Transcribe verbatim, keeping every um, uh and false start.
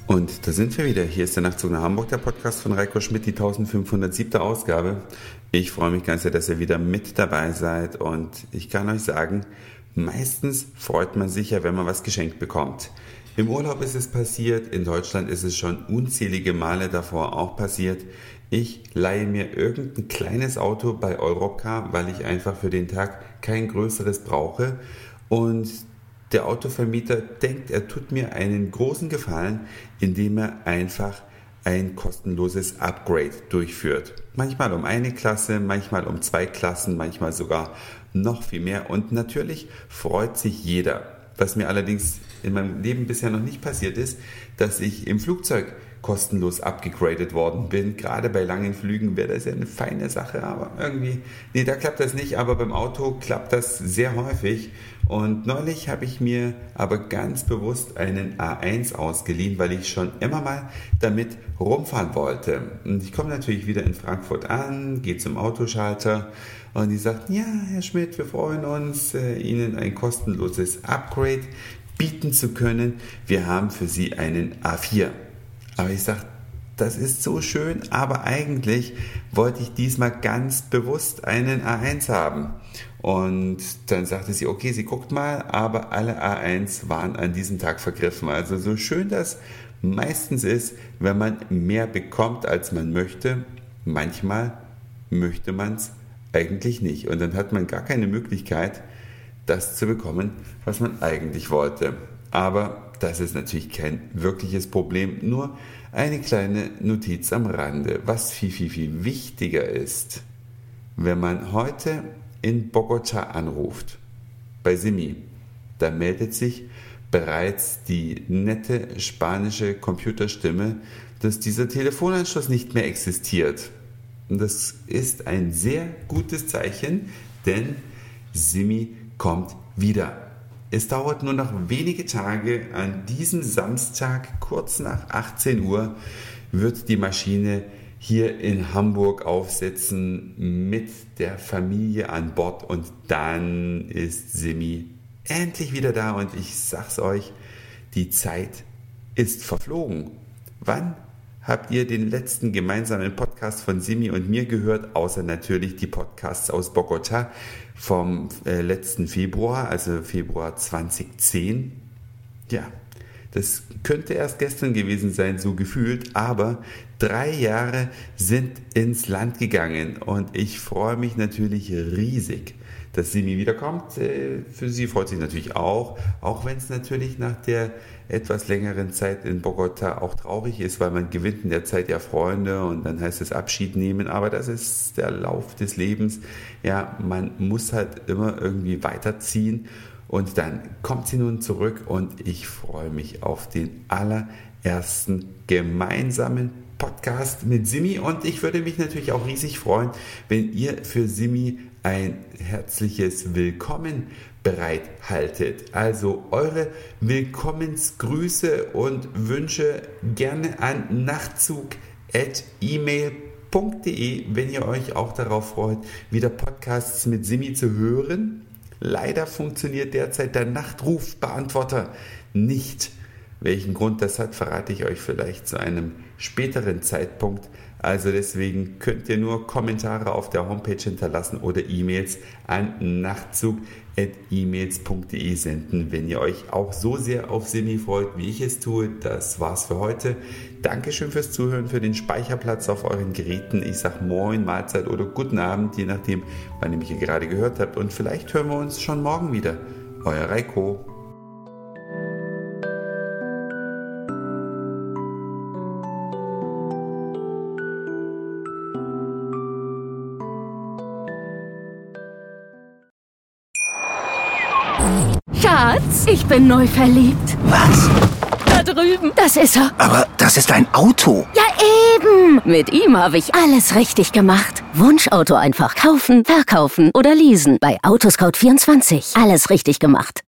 Und da sind wir wieder. Hier ist der Nachtzug nach Hamburg, der Podcast von Reiko Schmidt, die eintausendfünfhundertsiebte Ausgabe. Ich freue mich ganz sehr, dass ihr wieder mit dabei seid und ich kann euch sagen, meistens freut man sich ja, wenn man was geschenkt bekommt. Im Urlaub ist es passiert, in Deutschland ist es schon unzählige Male davor auch passiert. Ich leihe mir irgendein kleines Auto bei Europcar, weil ich einfach für den Tag kein größeres brauche und der Autovermieter denkt, er tut mir einen großen Gefallen, indem er einfach ein kostenloses Upgrade durchführt. Manchmal um eine Klasse, manchmal um zwei Klassen, manchmal sogar noch viel mehr. Und natürlich freut sich jeder. Was mir allerdings in meinem Leben bisher noch nicht passiert ist, dass ich im Flugzeug kostenlos abgegradet worden bin. Gerade bei langen Flügen wäre das ja eine feine Sache, aber irgendwie, nee, da klappt das nicht, aber beim Auto klappt das sehr häufig. Und neulich habe ich mir aber ganz bewusst einen A eins ausgeliehen, weil ich schon immer mal damit rumfahren wollte. Und ich komme natürlich wieder in Frankfurt an, gehe zum Autoschalter und die sagt, ja, Herr Schmidt, wir freuen uns, Ihnen ein kostenloses Upgrade bieten zu können. Wir haben für Sie einen A vier. Aber ich sage, das ist so schön, aber eigentlich wollte ich diesmal ganz bewusst einen A eins haben. Und dann sagte sie, okay, sie guckt mal, aber alle A eins waren an diesem Tag vergriffen. Also so schön das meistens ist, wenn man mehr bekommt, als man möchte, manchmal möchte man es eigentlich nicht. Und dann hat man gar keine Möglichkeit, das zu bekommen, was man eigentlich wollte. Aber das ist natürlich kein wirkliches Problem, nur eine kleine Notiz am Rande. Was viel, viel, viel wichtiger ist, wenn man heute in Bogotá anruft, bei Simi, da meldet sich bereits die nette spanische Computerstimme, dass dieser Telefonanschluss nicht mehr existiert. Und das ist ein sehr gutes Zeichen, denn Simi kommt wieder. Es dauert nur noch wenige Tage. An diesem Samstag, kurz nach achtzehn Uhr, wird die Maschine hier in Hamburg aufsetzen mit der Familie an Bord und dann ist Simi endlich wieder da und ich sag's euch, die Zeit ist verflogen. Wann habt ihr den letzten gemeinsamen Podcast von Simi und mir gehört, außer natürlich die Podcasts aus Bogotá vom äh, letzten Februar, also Februar zweitausendzehn. Ja, das könnte erst gestern gewesen sein, so gefühlt, aber drei Jahre sind ins Land gegangen und ich freue mich natürlich riesig, dass Simi wiederkommt. Für sie freut sich natürlich auch, auch wenn es natürlich nach der etwas längeren Zeit in Bogotá auch traurig ist, weil man gewinnt in der Zeit ja Freunde und dann heißt es Abschied nehmen, aber das ist der Lauf des Lebens. Ja, man muss halt immer irgendwie weiterziehen und dann kommt sie nun zurück und ich freue mich auf den allerersten gemeinsamen Podcast mit Simi und ich würde mich natürlich auch riesig freuen, wenn ihr für Simi ein herzliches Willkommen bereithaltet. Also eure Willkommensgrüße und Wünsche gerne an nachtzug at e mail punkt de, wenn ihr euch auch darauf freut, wieder Podcasts mit Simi zu hören. Leider funktioniert derzeit der Nachtrufbeantworter nicht. Welchen Grund das hat, verrate ich euch vielleicht zu einem späteren Zeitpunkt. Also deswegen könnt ihr nur Kommentare auf der Homepage hinterlassen oder E-Mails an nachtzug at e mails punkt de senden, wenn ihr euch auch so sehr auf Simi freut, wie ich es tue. Das war's für heute. Dankeschön fürs Zuhören, für den Speicherplatz auf euren Geräten. Ich sag Moin, Mahlzeit oder Guten Abend, je nachdem, wann ihr mich hier gerade gehört habt. Und vielleicht hören wir uns schon morgen wieder. Euer Reiko. Schatz, ich bin neu verliebt. Was? Da drüben. Das ist er. Aber das ist ein Auto. Ja, eben. Mit ihm habe ich alles richtig gemacht. Wunschauto einfach kaufen, verkaufen oder leasen. Bei Autoscout vierundzwanzig. Alles richtig gemacht.